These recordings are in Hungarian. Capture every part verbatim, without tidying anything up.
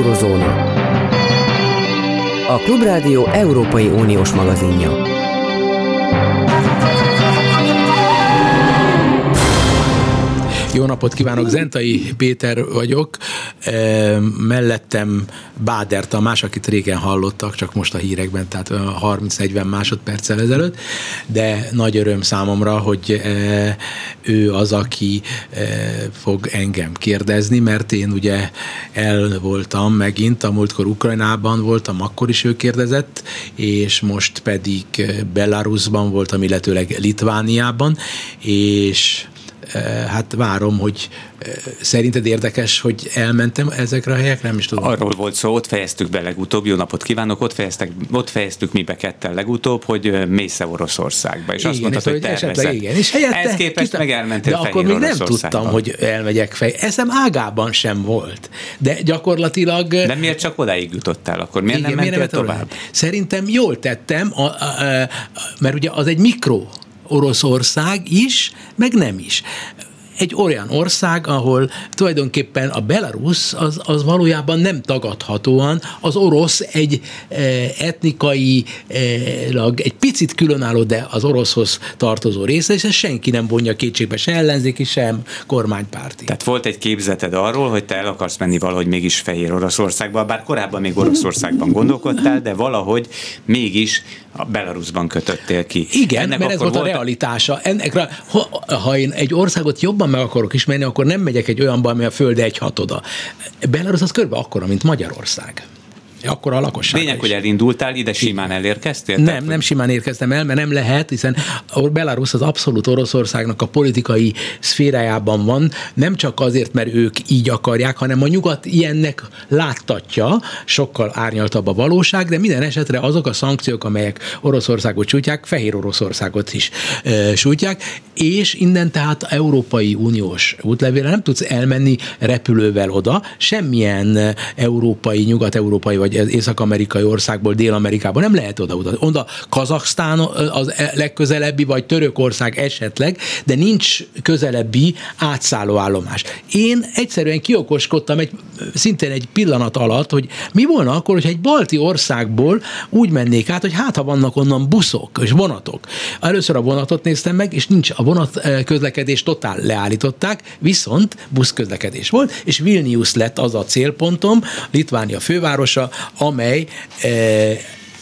Eurozóna. A Klubrádió Európai Uniós magazinja. Jó napot kívánok, Zentai Péter vagyok, e, mellettem Báder Tamás, akit régen hallottak, csak most a hírekben, tehát harminc-negyven másodperccel ezelőtt, de nagy öröm számomra, hogy e, ő az, aki e, fog engem kérdezni, mert én ugye el voltam megint, a múltkor Ukrajnában voltam, akkor is ő kérdezett, és most pedig Belarusban voltam, illetőleg Litvániában, és hát várom, hogy szerinted érdekes, hogy elmentem ezekre a helyekre, nem is tudom. Arról volt szó, ott fejeztük be legutóbb, jó napot kívánok, ott, fejeztek, ott fejeztük mi be ketten legutóbb, hogy mész Oroszországba, és igen, azt mondtad, hogy tervezed. Igen, és helyette, ezt képest meg elmentél Fehér Oroszországba. De akkor még nem tudtam, hogy elmegyek Fehér. Eszem ágában sem volt, de gyakorlatilag... De miért csak odáig jutottál akkor? Miért igen, nem mentél miért tovább? Tovább? Szerintem jól tettem, a, a, a, mert ugye az egy mikro Oroszország is, meg nem is. Egy olyan ország, ahol tulajdonképpen a Belarus az, az valójában nem tagadhatóan az orosz egy etnikai, egy picit különálló, de az oroszhoz tartozó része, és ezt senki nem vonja kétségbe, se ellenzéki, sem kormánypárti. Tehát volt egy képzeted arról, hogy te el akarsz menni valahogy mégis Fehér Oroszországba, bár korábban még Oroszországban gondolkodtál, de valahogy mégis a Belarusban kötöttél ki. Igen, ennek mert ez volt a realitása. Ennek, ha, ha én egy országot jobban meg akarok ismerni, akkor nem megyek egy olyanba, ami a föld egy hatoda. Belarus az körülbelül akkora, mint Magyarország. Akkor a lakosság. Lényeg, hogy elindultál, ide simán elérkeztél? Nem, tehát, nem simán érkeztem el, mert nem lehet, hiszen a Belarus az abszolút Oroszországnak a politikai szférájában van, nem csak azért, mert ők így akarják, hanem a nyugat ilyennek láttatja, sokkal árnyaltabb a valóság, de minden esetre azok a szankciók, amelyek Oroszországot sújtják, Fehér Oroszországot is e, sújtják, és innen tehát Európai Uniós útlevélre nem tudsz elmenni repülővel oda, semmilyen európai, nyugat-európai vagy az észak-amerikai országból, Dél-Amerikában nem lehet oda utazni. Oda Kazaksztán az legközelebbi, vagy Törökország esetleg, de nincs közelebbi átszálló állomás. Én egyszerűen kiokoskodtam egy, szintén egy pillanat alatt, hogy mi volna akkor, hogyha egy balti országból úgy mennék át, hogy hát ha vannak onnan buszok és vonatok. Először a vonatot néztem meg, és nincs, a vonat közlekedés totál leállították, viszont buszközlekedés volt, és Vilnius lett az a célpontom, Litvánia fővárosa, amely e,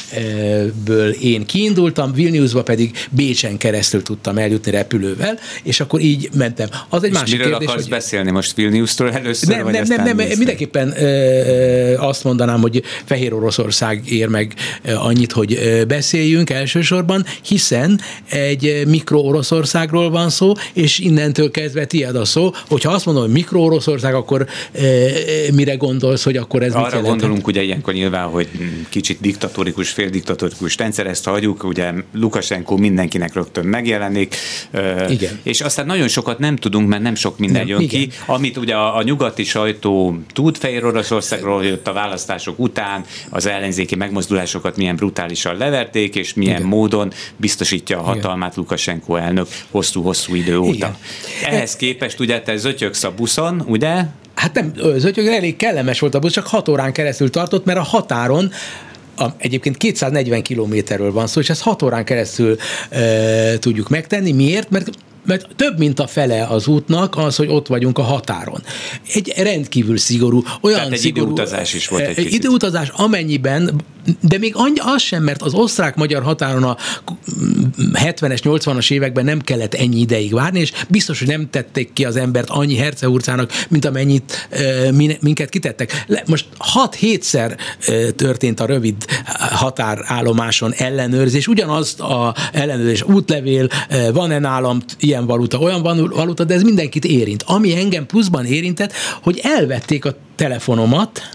ből én kiindultam, Vilniusba pedig Bécsen keresztül tudtam eljutni repülővel, és akkor így mentem. Az egy és másik miről kérdés, akarsz hogy... beszélni most Vilniustól először, nem, vagy nem, aztán nem, nem, mindenképpen ö, azt mondanám, hogy Fehér Oroszország ér meg annyit, hogy beszéljünk elsősorban, hiszen egy mikro-Oroszországról van szó, és innentől kezdve tiéd a szó, hogyha azt mondom, hogy mikro-Oroszország, akkor ö, mire gondolsz, hogy akkor ez arra mit jelent? Arra gondolunk ugye ilyenkor nyilván, hogy kicsit diktatórikus, féldiktatórikus rendszer, ezt hagyjuk, ugye Lukasenko mindenkinek rögtön megjelenik, igen. És aztán nagyon sokat nem tudunk, mert nem sok minden nem, jön igen. ki, amit ugye a, a nyugati sajtó tud Fehér Oroszországról, hogy ott a választások után az ellenzéki megmozdulásokat milyen brutálisan leverték, és milyen igen. módon biztosítja a hatalmát igen. Lukasenko elnök hosszú-hosszú idő óta. Igen. Ehhez képest ugye te zötyögsz a buszon, ugye? Hát nem, zötyög, elég kellemes volt a busz, csak hat órán keresztül tartott, mert a határon A, egyébként kétszáznegyven kilométerről van szó, és ezt hat órán keresztül e, tudjuk megtenni. Miért? Mert mert több mint a fele az útnak az, hogy ott vagyunk a határon. Egy rendkívül szigorú, olyan Tehát egy szigorú... időutazás is volt egy kicsit. Időutazás, amennyiben, de még annyi, az sem, mert az osztrák-magyar határon a hetvenes, nyolcvanas években nem kellett ennyi ideig várni, és biztos, hogy nem tették ki az embert annyi hercehurcának, mint amennyit e, minket kitettek. Most hat-hétszer e, történt a rövid határállomáson ellenőrzés, ugyanazt a ellenőrzés útlevél, e, van-e nálam ilyen valuta, olyan valuta, de ez mindenkit érint. Ami engem pluszban érintett, hogy elvették a telefonomat,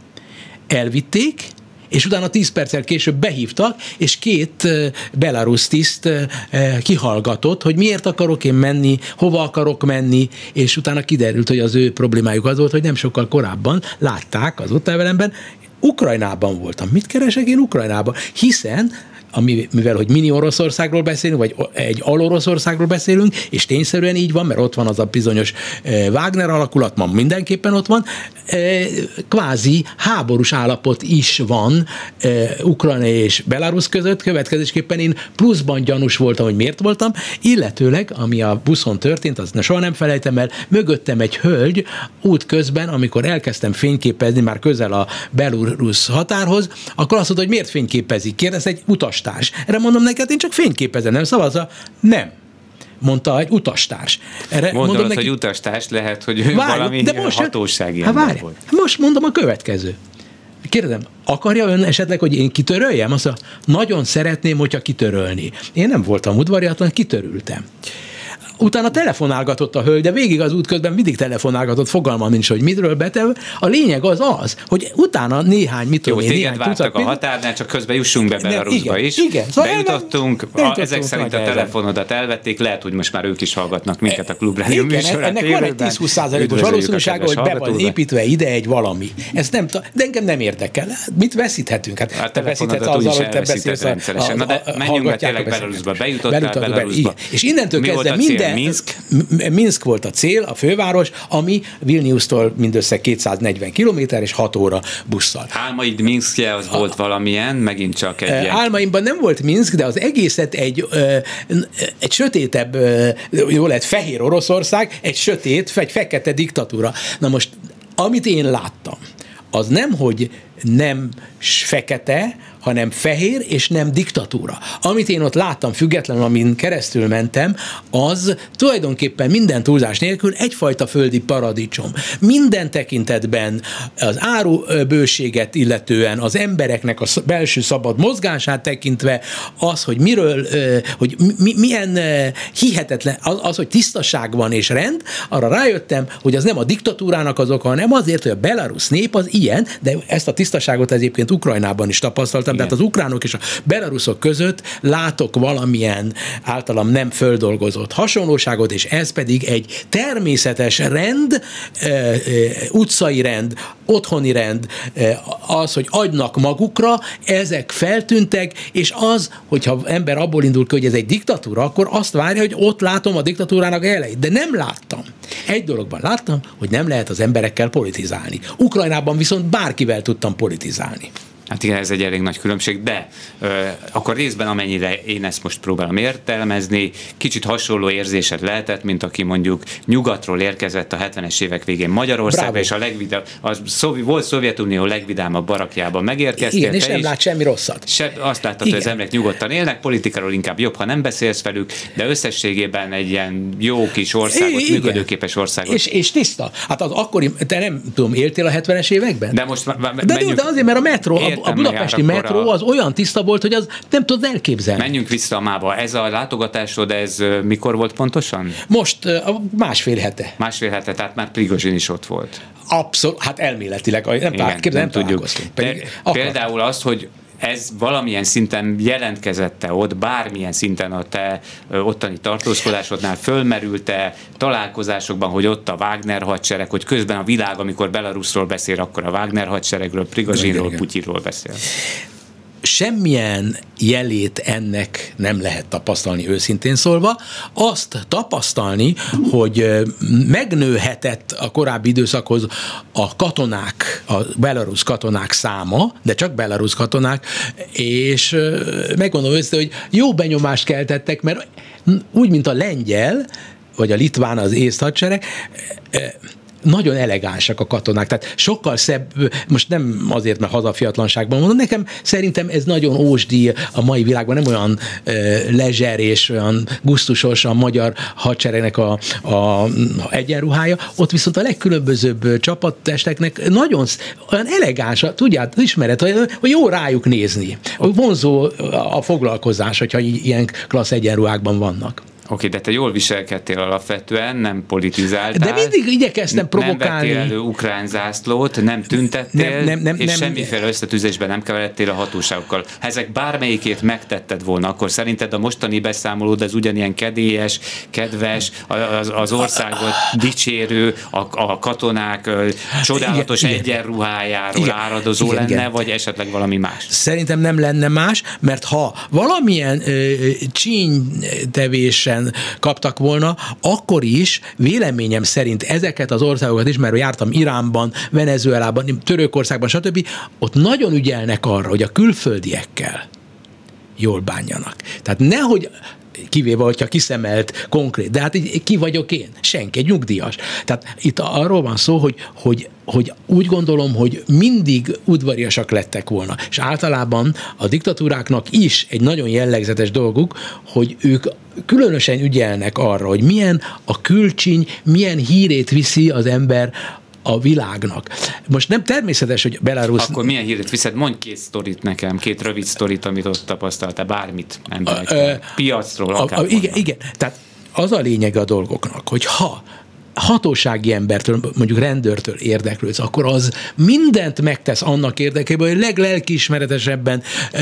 elvitték, és utána tíz perccel később behívtak, és két belarusz tiszt kihallgatott, hogy miért akarok én menni, hova akarok menni, és utána kiderült, hogy az ő problémájuk az volt, hogy nem sokkal korábban látták az útlevelemben, Ukrajnában voltam. Mit keresek én Ukrajnában? Hiszen ami, mivel hogy mini Oroszországról beszélünk, vagy egy al-Oroszországról beszélünk, és tényszerűen így van, mert ott van az a bizonyos Wagner alakulat, ma mindenképpen ott van, kvázi háborús állapot is van Ukrajna és Belarus között, következésképpen én pluszban gyanús voltam, hogy miért voltam, illetőleg, ami a buszon történt, azt soha nem felejtem el, mögöttem egy hölgy útközben, amikor elkezdtem fényképezni már közel a belorusz határhoz, akkor azt mondta, hogy miért fényképezik? Kérdez egy utastárs. Erre mondom neked, én csak fényképezem, nem szavazza? Nem. Mondta egy utastárs. Erre mondom neki, hogy utastárs, lehet, hogy ő várj, valami hatósági hát ember várj, volt. Most mondom a következő. Kérdezem, akarja ön esetleg, hogy én kitöröljem? Azt mondja, nagyon szeretném, hogyha kitörölni. Én nem voltam udvariatlan, kitörültem. Utána telefonálgatott a hölgy, de végig az út közben mindig telefonálgatott, fogalmam nincs, hogy mitről betev. A lényeg az az, hogy utána néhány, mit tudom én, néhány téged vártak a határnál, csak közben jussunk be Belarusba is. Igen, szóval bejutottunk, a, ezek szerint a telefonodat elvették, elvették, lehet, hogy most már ők is hallgatnak minket a Klubrádió műsorát. Ennek van egy tíz-húsz százalékos valószínűsága, hogy be van építve ide egy valami. Ez nem, de engem nem érdekel. Mit veszíthetünk? Hát, hát te veszíthetsz azzal, hogy te beszélsz rendszeresen. Na de menjünk be tényleg Belarusba. Bejutottál Belarusba. És innentől kezdve minden Minsk? Minsk volt a cél, a főváros, ami Vilniustól mindössze kétszáznegyven kilométer és hat óra busszal. Álmaid Minskje az a, volt valamilyen, megint csak egy ilyen... Álmaimban nem volt Minsk, de az egészet egy, egy sötétebb, jól lehet, fehér Oroszország, egy sötét, egy fekete diktatúra. Na most, amit én láttam, az nem, hogy nem fekete, hanem fehér, és nem diktatúra. Amit én ott láttam, függetlenül, amin keresztül mentem, az tulajdonképpen minden túlzás nélkül egyfajta földi paradicsom. Minden tekintetben az árubőséget illetően, az embereknek a belső szabad mozgását tekintve, az, hogy miről, hogy mi, milyen hihetetlen, az, az, hogy tisztaság van és rend, arra rájöttem, hogy az nem a diktatúrának az oka, hanem azért, hogy a belarusz nép az ilyen, de ezt a tisztaságot egyébként Ukrajnában is tapasztaltam, igen. Tehát az ukránok és a belaruszok között látok valamilyen általam nem földolgozott hasonlóságot, és ez pedig egy természetes rend, utcai rend, otthoni rend, az, hogy adnak magukra, ezek feltűntek, és az, hogyha ember abból indul ki, hogy ez egy diktatúra, akkor azt várja, hogy ott látom a diktatúrának elejét, de nem láttam. Egy dologban láttam, hogy nem lehet az emberekkel politizálni. Ukrajnában viszont bárkivel tudtam politizálni. Hát igen, ez egy elég nagy különbség, de ö, akkor részben, amennyire én ezt most próbálom értelmezni, kicsit hasonló érzésed lehetett, mint aki mondjuk nyugatról érkezett a hetvenes évek végén Magyarországra, Bravo. És a legvidámabb, a szovj, volt Szovjetunió legvidámabb barakjában megérkeztél. Igen, és nem lát semmi rosszat. Se, azt láttad, hogy az emberek nyugodtan élnek, politikáról inkább jobb, ha nem beszélsz velük, de összességében egy ilyen jó kis országot, igen. Működőképes országot. És, és tiszta. Hát az akkori, te nem tudom, éltél a hetvenes években? De most de, de azért, mert a metró, a budapesti metró az olyan tiszta volt, hogy az nem tudod elképzelni. Menjünk vissza a mába. Ez a látogatásod, ez mikor volt pontosan? Most másfél hete. Másfél hete, tehát már Prigozsin is ott volt. Abszolút, hát elméletileg, nem, Igen, talál, képzel, nem, nem tudjuk. Például azt, hogy ez valamilyen szinten jelentkezette ott, bármilyen szinten a te ottani tartózkodásodnál fölmerült-e találkozásokban, hogy ott a Wagner hadsereg, hogy közben a világ, amikor Belarusról beszél, akkor a Wagner hadseregről, Prigozsinról, Putyinról beszél. Semmilyen jelét ennek nem lehet tapasztalni, őszintén szólva. Azt tapasztalni, hogy megnőhetett a korábbi időszakhoz a katonák, a belarusz katonák száma, de csak belarusz katonák, és megmondom őszintén, hogy jó benyomást keltettek, mert úgy, mint a lengyel, vagy a litván, az észt hadsereg, nagyon elegánsak a katonák, tehát sokkal szebb, most nem azért, mert hazafiatlanságban mondom, nekem szerintem ez nagyon ósdi a mai világban, nem olyan e, lezser és olyan gusztusos a magyar hadseregnek a, a egyenruhája, ott viszont a legkülönbözőbb csapattesteknek nagyon olyan elegáns, tudját, ismered, hogy, hogy jó rájuk nézni, hogy vonzó a foglalkozás, hogyha ilyen klassz egyenruhákban vannak. Oké, de te jól viselkedtél alapvetően, nem politizáltál. De mindig igyekeztem provokálni. Nem vettél elő ukrán zászlót, nem tüntettél, nem, nem, nem, és nem, semmiféle összetűzésben nem keveredtél a hatóságokkal. Ha ezek bármelyikét megtetted volna, akkor szerinted a mostani beszámolód az ugyanilyen kedélyes, kedves, az, az országot dicsérő, a, a katonák csodálatos igen, egyenruhájáról igen, áradozó igen, lenne, igen. vagy esetleg valami más? Szerintem nem lenne más, mert ha valamilyen ö, csínytevésen kaptak volna, akkor is véleményem szerint ezeket az országokat is, mert jártam Iránban, Venezuelában, Törökországban, stb. Ott nagyon ügyelnek arra, hogy a külföldiekkel jól bánjanak. Tehát nehogy kivéve, hogyha kiszemelt konkrét, de hát így, ki vagyok én? Senki, egy nyugdíjas. Tehát itt arról van szó, hogy, hogy, hogy úgy gondolom, hogy mindig udvariasak lettek volna. És általában a diktatúráknak is egy nagyon jellegzetes dolguk, hogy ők különösen ügyelnek arra, hogy milyen a külcsiny, milyen hírét viszi az ember a világnak. Most nem természetes, hogy Belarus... Akkor milyen híret viszed? Mondj két sztorit nekem, két rövid sztorit, amit ott tapasztaltál, bármit emberekkel. Piacról, akár. A, a, igen, igen, tehát az a lényeg a dolgoknak, hogy ha hatósági embertől, mondjuk rendőrtől érdeklődsz, akkor az mindent megtesz annak érdekében, hogy leglelkiismeretesebben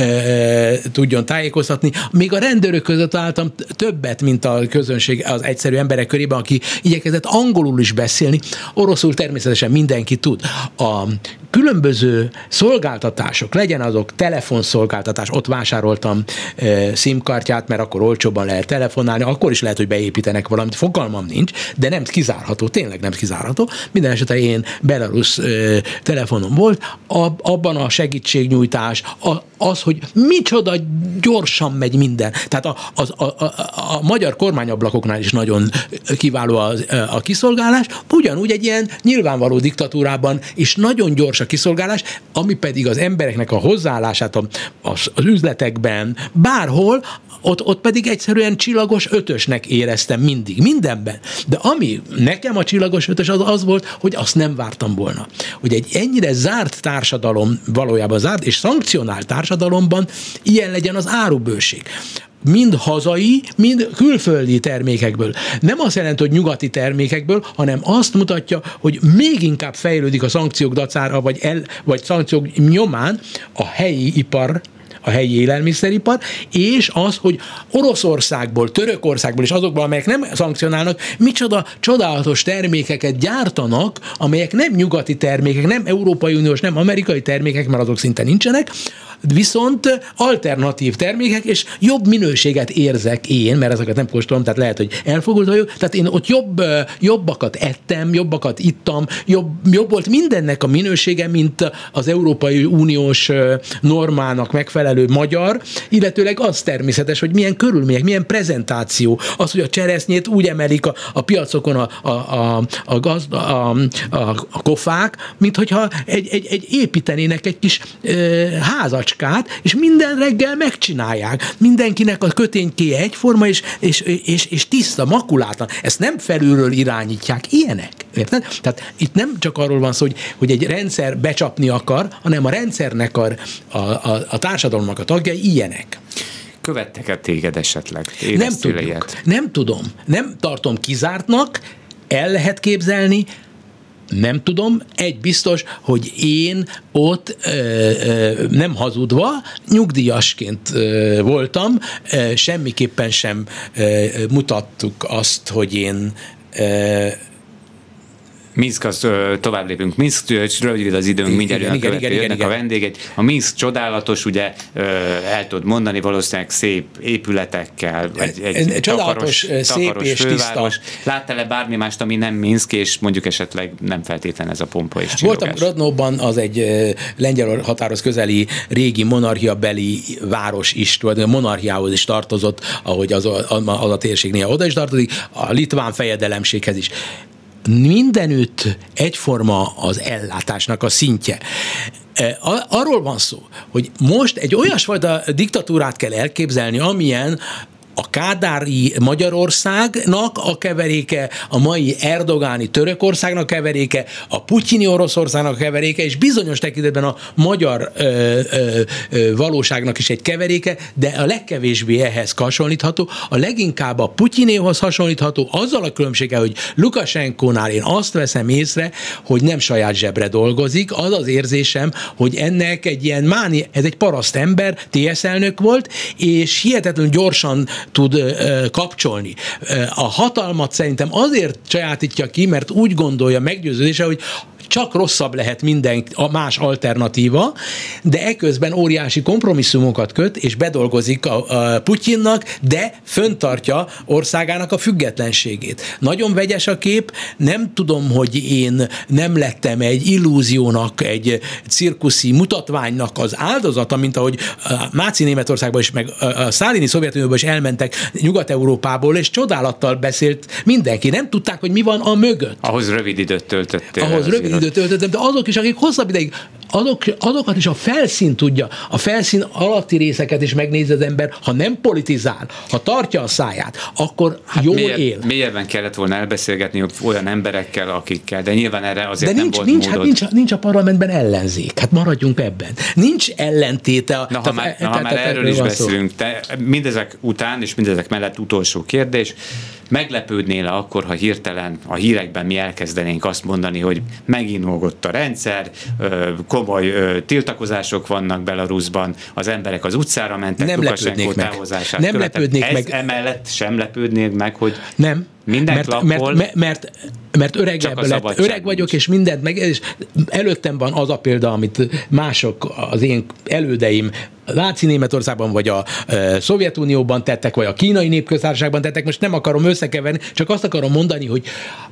e, tudjon tájékoztatni. Még a rendőrök között álltam többet, mint a közönség az egyszerű emberek körében, aki igyekezett angolul is beszélni, oroszul természetesen mindenki tud. A különböző szolgáltatások, legyen azok telefonszolgáltatás, ott vásároltam e, SIM-kártyát, mert akkor olcsóban lehet telefonálni, akkor is lehet, hogy beépítenek valamit, fogalmam nincs, de nem kizárható, tényleg nem kizárható. Minden esetre én Belarus e, telefonom volt, ab, abban a segítségnyújtás, a, az, hogy micsoda gyorsan megy minden. Tehát a, az, a, a, a magyar kormányablakoknál is nagyon kiváló a, a kiszolgálás, ugyanúgy egy ilyen nyilvánvaló diktatúrában is nagyon gyors a kiszolgálás, ami pedig az embereknek a hozzáállását az, az üzletekben, bárhol, ott, ott pedig egyszerűen csillagos ötösnek éreztem mindig, mindenben. De ami nekem a csillagos ötös az az volt, hogy azt nem vártam volna. Hogy egy ennyire zárt társadalom, valójában zárt és szankcionált társadalomban ilyen legyen az árubőség. Mind hazai, mind külföldi termékekből. Nem azt jelenti, hogy nyugati termékekből, hanem azt mutatja, hogy még inkább fejlődik a szankciók dacára, vagy, el, vagy szankciók nyomán a helyi ipar, a helyi élelmiszeripar, és az, hogy Oroszországból, Törökországból és azokból, amelyek nem szankcionálnak, micsoda csodálatos termékeket gyártanak, amelyek nem nyugati termékek, nem Európai Uniós, nem amerikai termékek, mert azok szinte nincsenek, viszont alternatív termékek, és jobb minőséget érzek én, mert ezeket nem kóstolom, tehát lehet, hogy elfogult vagyok, tehát én ott jobb, jobbakat ettem, jobbakat ittam, jobb, jobb volt mindennek a minősége, mint az Európai Uniós normának megfelelő magyar, illetőleg az természetes, hogy milyen körülmények, milyen prezentáció, az, hogy a cseresznyét úgy emelik a, a piacokon a, a, a, a, gazda, a, a, a kofák, mint hogyha egy, egy, egy építenének egy kis e, házat, és minden reggel megcsinálják. Mindenkinek a köténykéje egyforma, és, és, és, és tiszta, makulátlan. Ezt nem felülről irányítják. Ilyenek. Érted? Tehát itt nem csak arról van szó, hogy, hogy egy rendszer becsapni akar, hanem a rendszernek a, a, a, a társadalomnak a tagjai ilyenek. Követtek-e téged esetleg? Nem tudjuk. Nem tudom. Nem tartom kizártnak, el lehet képzelni, nem tudom, egy biztos, hogy én ott ö, ö, nem hazudva, nyugdíjasként ö, voltam, ö, semmiképpen sem ö, mutattuk azt, hogy én ö, Minszk, az tovább lépünk. Minszk, rövid az időnk, mindjárt jön a következő, jönnek igen. a vendégek. A Minszk csodálatos, ugye el tudod mondani, valószínűleg szép épületekkel, egy, egy csodálatos, takaros, szép takaros és főváros. Tiszta. Láttál-e bármi mást, ami nem Minszk, és mondjuk esetleg nem feltétlen ez a pompa és csillogás? Voltam Radnóban, az egy lengyel határhoz közeli régi monarchiabeli város is, a monarchiához is tartozott, ahogy az a, az a térség néha oda is tartozik, a litván fejedelemséghez is. Mindenütt egyforma az ellátásnak a szintje. Arról van szó, hogy most egy olyasfajta diktatúrát kell elképzelni, amilyen a kádári Magyarországnak a keveréke, a mai erdogáni Törökországnak keveréke, a putyini Oroszországnak keveréke, és bizonyos tekintetben a magyar ö, ö, ö, valóságnak is egy keveréke, de a legkevésbé ehhez hasonlítható, a leginkább a Putyinéhoz hasonlítható, azzal a különbséggel, hogy Lukasenkónál én azt veszem észre, hogy nem saját zsebre dolgozik, az az érzésem, hogy ennek egy ilyen máni, ez egy paraszt ember, té es elnök volt, és hihetetlenül gyorsan tud ö, kapcsolni. A hatalmat szerintem azért sajátítja ki, mert úgy gondolja meggyőződése, hogy csak rosszabb lehet minden a más alternatíva, de eközben óriási kompromisszumokat köt, és bedolgozik a, a Putyinnak, de föntartja országának a függetlenségét. Nagyon vegyes a kép, nem tudom, hogy én nem lettem egy illúziónak, egy cirkuszi mutatványnak az áldozata, mint ahogy a náci Németországban is, meg a sztálini Szovjetunióban is elmentek Nyugat-Európából, és csodálattal beszélt mindenki. Nem tudták, hogy mi van a mögött. Ahhoz rövid időt töltöttél. Ahhoz rövid időt töltöttem, de azok is, akik hosszabb ideig, azok, azokat is a felszín tudja, a felszín alatti részeket is megnézi az ember, ha nem politizál, ha tartja a száját, akkor hát jól mélyebb, él. Mélyebben kellett volna elbeszélgetni olyan emberekkel, akikkel, de nyilván erre azért de nincs, nem volt nincs, módod. Hát nincs, nincs a parlamentben ellenzék, hát maradjunk ebben. Nincs ellentéte. A, Na, ha már, na, ha már erről is beszélünk, te mindezek után és mindezek mellett utolsó kérdés, meglepődnél akkor, ha hirtelen a hírekben mi elkezdenénk azt mondani, hogy meginmogott a rendszer, komoly tiltakozások vannak Belarusban, az emberek az utcára mentek, nem Lukasenko távozását nem követett. lepődnék Ez meg. Emellett sem lepődnék meg, hogy nem. minden mert, klappol, mert, mert, mert öregebb lett, öreg vagyok, nincs. És mindent meg, és előttem van az a példa, amit mások, az én elődeim a náci Németországban, vagy a e, Szovjetunióban tettek, vagy a kínai népköztársaságban tettek, most nem akarom összekeverni, csak azt akarom mondani, hogy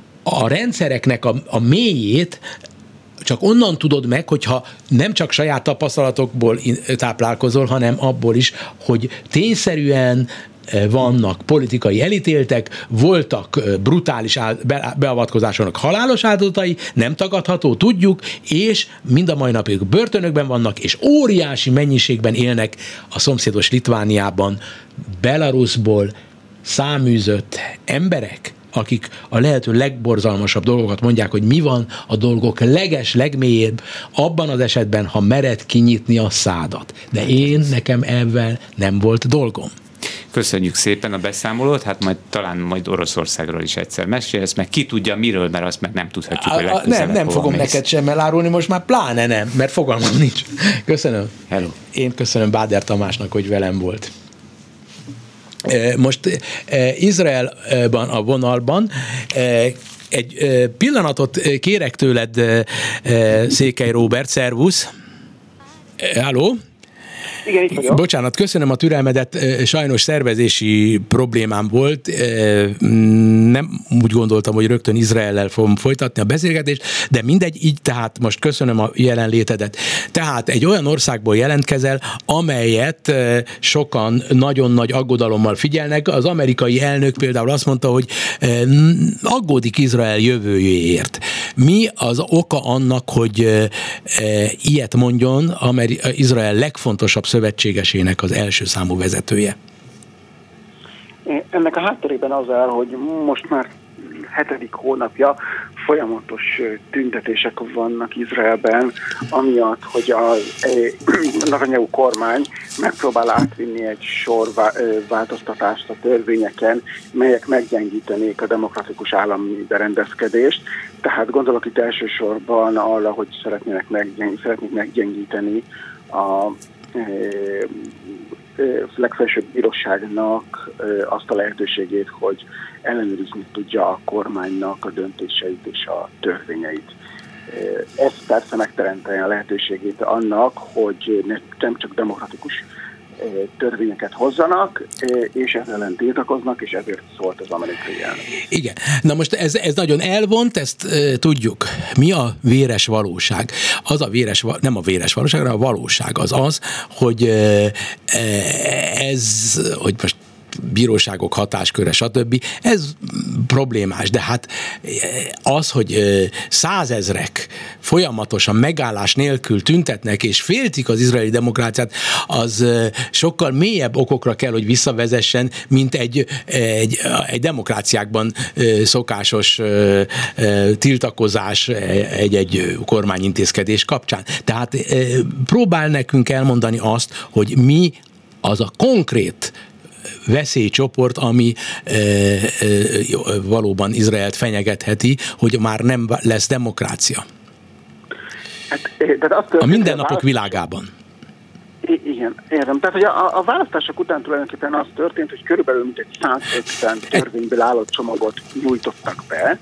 a rendszereknek a, a mélyét csak onnan tudod meg, hogyha nem csak saját tapasztalatokból táplálkozol, hanem abból is, hogy tényszerűen vannak politikai elítéltek, voltak brutális beavatkozásoknak halálos áldozatai, nem tagadható, tudjuk, és mind a mai napig börtönökben vannak, és óriási mennyiségben élnek a szomszédos Litvániában, Belarusból száműzött emberek, akik a lehető legborzalmasabb dolgokat mondják, hogy mi van a dolgok leges, legmélyébb, abban az esetben, ha mered kinyitni a szádat. De én, nekem ebben nem volt dolgom. Köszönjük szépen a beszámolót, hát majd talán majd Oroszországról is egyszer mesélsz, meg ki tudja miről, mert azt meg nem tudhatjuk, hogy legközelebb. Nem, nem fogom mész. Neked sem elárulni, most már pláne nem, mert fogalmam nincs. Köszönöm. Hello. Én köszönöm Báder Tamásnak, hogy velem volt. Most Izraelban a vonalban egy pillanatot kérek tőled, Székely Róbert, szervusz. Halló? Igen, itt vagyok. Bocsánat, köszönöm a türelmedet, sajnos szervezési problémám volt, nem úgy gondoltam, hogy rögtön Izraellel fogom folytatni a beszélgetést, de mindegy, így tehát most köszönöm a jelenlétedet. Tehát egy olyan országból jelentkezel, amelyet sokan nagyon nagy aggodalommal figyelnek. Az amerikai elnök például azt mondta, hogy aggódik Izrael jövőjéért. Mi az oka annak, hogy ilyet mondjon Ameri- Izrael legfontosabb szövetségesének az első számú vezetője? Ennek a hátterében az áll, hogy most már hetedik hónapja folyamatos tüntetések vannak Izraelben, amiatt, hogy a Netanyahu kormány megpróbál átvinni egy sor változtatást a törvényeken, melyek meggyengítenék a demokratikus állami berendezkedést. Tehát gondolok itt elsősorban arra, hogy szeretnének meggyeng, szeretnék meggyengíteni a legfelsőbb bíróságnak azt a lehetőségét, hogy ellenőrizni tudja a kormánynak a döntéseit és a törvényeit. Ez persze megteremteni a lehetőségét annak, hogy nem csak demokratikus törvényeket hozzanak, és ezzel ellen tiltakoznak, és ezért szólt az amerikai elnök. Igen. Na most ez, ez nagyon elvont, ezt e, tudjuk. Mi a véres valóság? Az a véres, nem a véres valóság, hanem a valóság az az, hogy e, ez, hogy most bíróságok hatásköre, stb. Ez problémás, de hát az, hogy százezrek folyamatosan megállás nélkül tüntetnek és féltik az izraeli demokráciát, az sokkal mélyebb okokra kell, hogy visszavezessen, mint egy, egy, egy demokráciákban szokásos tiltakozás egy-egy kormányintézkedés kapcsán. Tehát próbál nekünk elmondani azt, hogy mi az a konkrét veszélycsoport, ami e, e, valóban Izraelt fenyegetheti, hogy már nem lesz demokrácia. Hát, a mindennapok a világában. Igen, értem. Tehát, hogy a, a választások után tulajdonképpen az történt, hogy körülbelül mintegy száz ötven törvényből álló csomagot nyújtottak be,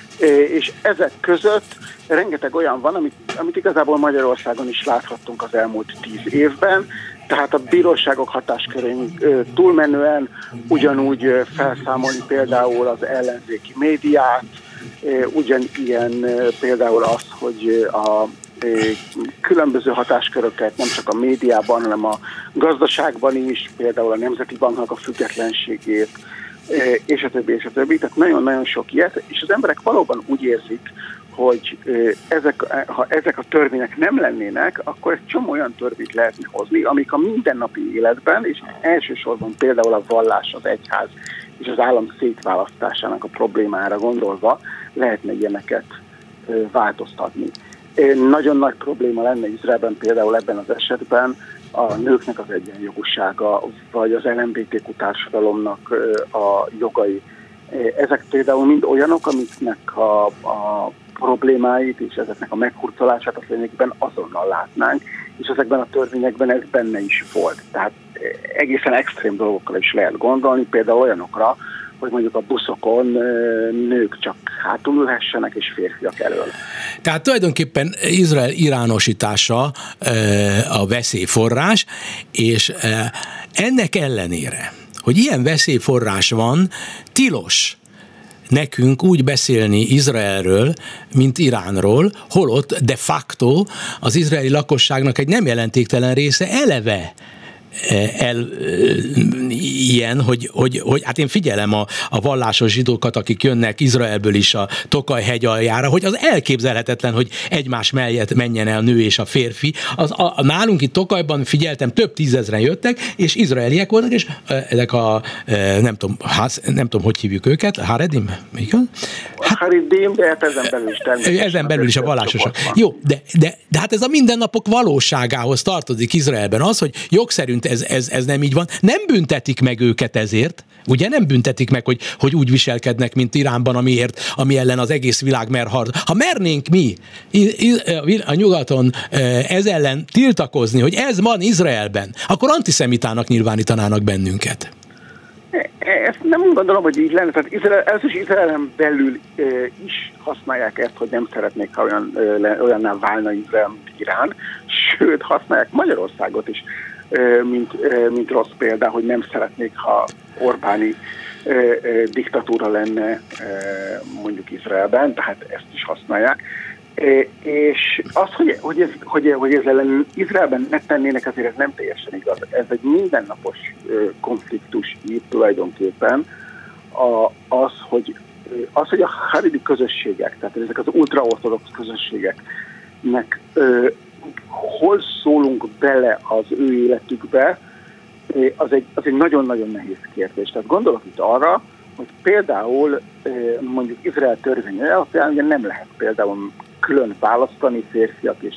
és ezek között rengeteg olyan van, amit, amit igazából Magyarországon is láthattunk az elmúlt tíz évben, tehát a bíróságok hatáskörén túlmenően ugyanúgy felszámolni például az ellenzéki médiát, ugyanilyen például az, hogy a különböző hatásköröket nem csak a médiában, hanem a gazdaságban is, például a Nemzeti Banknak a függetlenségét, és a többi, és a többi. Tehát nagyon-nagyon sok ilyet, és az emberek valóban úgy érzik, hogy ezek, ha ezek a törvények nem lennének, akkor egy csomó olyan törvényt lehetne hozni, amik a mindennapi életben, és elsősorban például a vallás, az egyház és az állam szétválasztásának a problémára gondolva lehetne ilyeneket változtatni. Nagyon nagy probléma lenne Izraelben például ebben az esetben a nőknek az egyenjogúsága, vagy az el em bé té kú társadalomnak a jogai. Ezek például mind olyanok, amiknek a, a problémáit és ezeknek a meghurcolását a lényegben azonnal látnánk, és ezekben a törvényekben ez benne is volt. Tehát egészen extrém dolgokra is lehet gondolni, például olyanokra, hogy mondjuk a buszokon nők csak hátul ülhessenek, és férfiak elől. Tehát tulajdonképpen Izrael iránosítása a veszélyforrás, és ennek ellenére, hogy ilyen veszélyforrás van, tilos nekünk úgy beszélni Izraelről, mint Iránról, holott de facto az izraeli lakosságnak egy nem jelentéktelen része eleve el ilyen, hogy, hogy, hogy hát én figyelem a, a vallásos zsidókat, akik jönnek Izraelből is a Tokaj hegy aljára, hogy az elképzelhetetlen, hogy egymás mellett menjen el a nő és a férfi. Az, a, a, nálunk itt Tokajban figyeltem, több tízezren jöttek, és izraeliek voltak, és ezek a nem tudom, ház, nem tudom, hogy hívjuk őket, Haredim? Hát, Haredim, de hát ezen belül is természetesen. Ezen belül is a vallásosak. Jó, de, de, de hát ez a mindennapok valóságához tartozik Izraelben az, hogy jogszerűen Ez, ez, ez nem így van. Nem büntetik meg őket ezért, ugye nem büntetik meg, hogy, hogy úgy viselkednek, mint Iránban, amiért, ami ellen az egész világ mer harc. Ha mernénk mi a nyugaton ez ellen tiltakozni, hogy ez van Izraelben, akkor antiszemitának nyilvánítanának bennünket. Ezt nem gondolom, hogy így lenne. Tehát Izrael, ez is Izraelen belül e, is használják ezt, hogy nem szeretnék, ha olyan, e, olyanná válna Izrael, mint Irán. Sőt, használják Magyarországot is, e, mint, e, mint rossz példa, hogy nem szeretnék, ha Orbáni e, e, diktatúra lenne e, mondjuk Izraelben, tehát ezt is használják. É, és az, hogy, hogy, ez, hogy, hogy ez ellen Izraelben ne tennének, azért ez nem teljesen igaz. Ez egy mindennapos konfliktus így tulajdonképpen. A, az, hogy, az, hogy a haredi közösségek, tehát ezek az ultraortodox közösségeknek ö, hol szólunk bele az ő életükbe, az egy, az egy nagyon-nagyon nehéz kérdés. Tehát gondolok itt arra, hogy például mondjuk Izrael törvénye alapján ugye nem lehet például külön választani férfiak és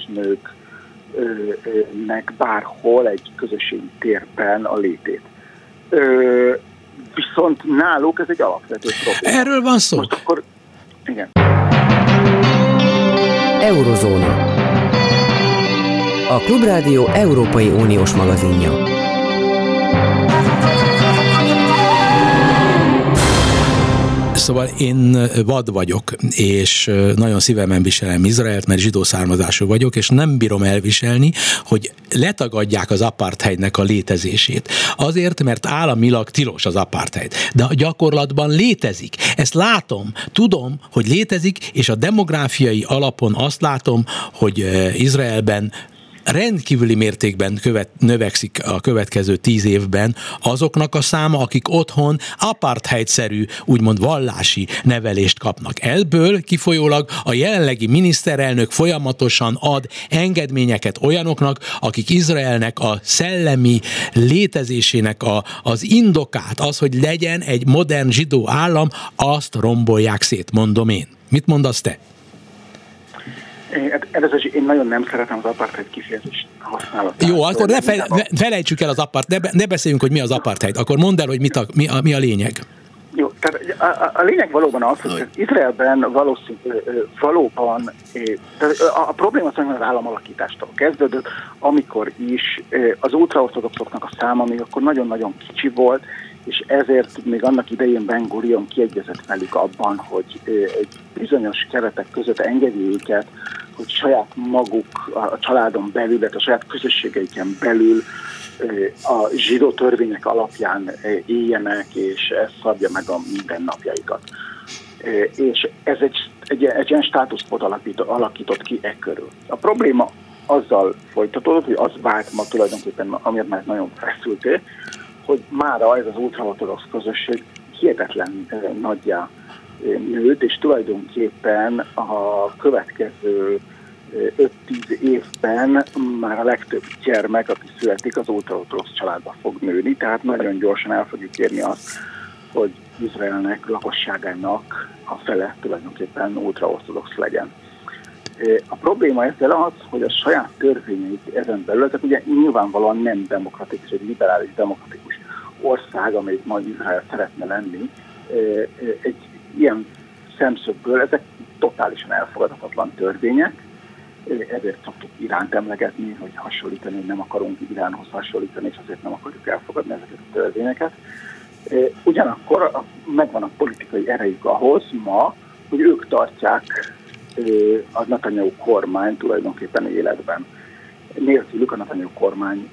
nőknek bárhol egy közösségi térben a létét. Ö, viszont náluk ez egy alapvető probléma. Erről van szó. Most akkor, igen. Eurozóna. A Klubrádió Európai Uniós magazinja. Szóval én vad vagyok, és nagyon szívemen viselem Izraelt, mert zsidó származású vagyok, és nem bírom elviselni, hogy letagadják az apartheidnek a létezését. Azért, mert államilag tilos az apartheid, de a gyakorlatban létezik. Ezt látom, tudom, hogy létezik, és a demográfiai alapon azt látom, hogy Izraelben rendkívüli mértékben követ, növekszik a következő tíz évben azoknak a száma, akik otthon apartheidszerű, úgymond vallási nevelést kapnak. Ebből kifolyólag a jelenlegi miniszterelnök folyamatosan ad engedményeket olyanoknak, akik Izraelnek a szellemi létezésének a, az indokát, az, hogy legyen egy modern zsidó állam, azt rombolják szét, mondom én. Mit mondasz te? Először én nagyon nem szeretem az apartheid kifejezést használatát. Jó, akkor ne fe, felejtsük el az apartheid, ne, ne beszéljünk, hogy mi az apartheid. Akkor mondd el, hogy mit a, mi, a, mi a lényeg. Jó, tehát a, a lényeg valóban az, hogy Izraelben valószínűleg valóban tehát a, a probléma az az államalakítástól kezdődött, amikor is az ultraortodoxoknak a száma még akkor nagyon-nagyon kicsi volt, és ezért még annak idején Ben Gurion kiegyezett velük abban, hogy egy bizonyos keretek között engedi őket, hogy saját maguk a családon belül, illetve a saját közösségeiken belül a zsidó törvények alapján éljenek, és ez szabja meg a mindennapjaikat. És ez egy, egy, egy ilyen státuszpot alakított, alakított ki e körül. A probléma azzal folytatódott, hogy az vált ma tulajdonképpen, amiért már nagyon feszülté, hogy mára ez az ultraortodox közösség hihetetlen nagyjá nőtt, és tulajdonképpen a következő öt-tíz évben már a legtöbb gyermek, aki születik, az ultraortodox családba fog nőni, tehát nagyon gyorsan el fogjuk érni azt, hogy Izraelnek lakosságának a fele tulajdonképpen ultraortodox legyen. A probléma ezzel az, hogy a saját törvényeit ezen belül, tehát ugye nyilvánvalóan nem demokratikus, egy liberális demokratikus ország, amelyik majd Izrael szeretne lenni, egy ilyen szemszögből ezek totálisan elfogadhatatlan törvények, ezért szoktuk Iránt emlegetni, hogy hasonlítani, hogy nem akarunk Iránhoz hasonlítani, és azért nem akarjuk elfogadni ezeket a törvényeket. Ugyanakkor megvan a politikai erejük ahhoz ma, hogy ők tartják a Netanyahu kormány tulajdonképpen életben. Nélkülük a Netanyahu kormány